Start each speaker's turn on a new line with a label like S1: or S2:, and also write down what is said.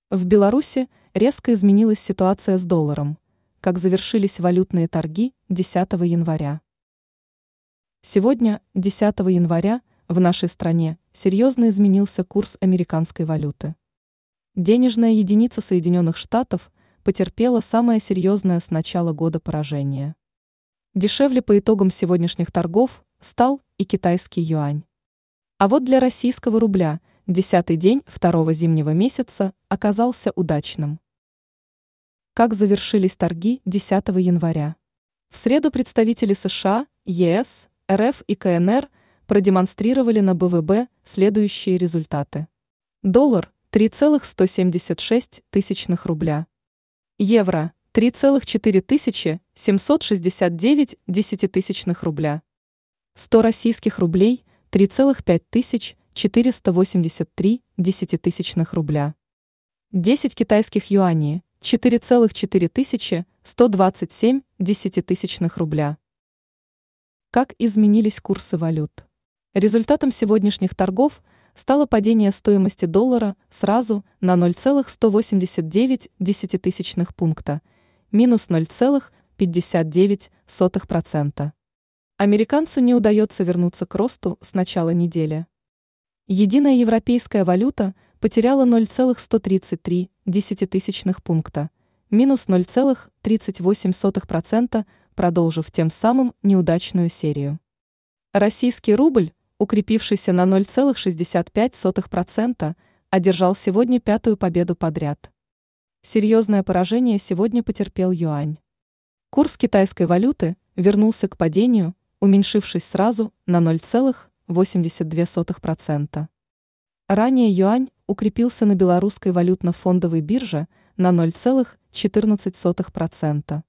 S1: В Беларуси резко изменилась ситуация с долларом, как завершились валютные торги 10 января. Сегодня, 10 января, в нашей стране серьезно изменился курс американской валюты. Денежная единица Соединенных Штатов потерпела самое серьезное с начала года поражение. Дешевле по итогам сегодняшних торгов стал и китайский юань. А вот для российского рубля 10-й день второго зимнего месяца оказался удачным. Как завершились торги 10 января? В среду представители США, ЕС, РФ и КНР продемонстрировали на БВБ следующие результаты. Доллар – 3,176 рубля. Евро – 3,4769 рубля. 100 российских рублей – 3,5483 рубля. 10 китайских юаней – 4,4127 рубля. Как изменились курсы валют? Результатом сегодняшних торгов стало падение стоимости доллара сразу на 0,189 пункта, минус 0,59%. Американцу не удается вернуться к росту с начала недели. Единая европейская валюта потеряла 0,133 пункта, минус 0,38%, продолжив тем самым неудачную серию. Российский рубль, укрепившийся на 0,65%, одержал сегодня пятую победу подряд. Серьезное поражение сегодня потерпел юань. Курс китайской валюты вернулся к падению, уменьшившись сразу на 0,82%. Ранее юань укрепился на белорусской валютно-фондовой бирже на 0,14%.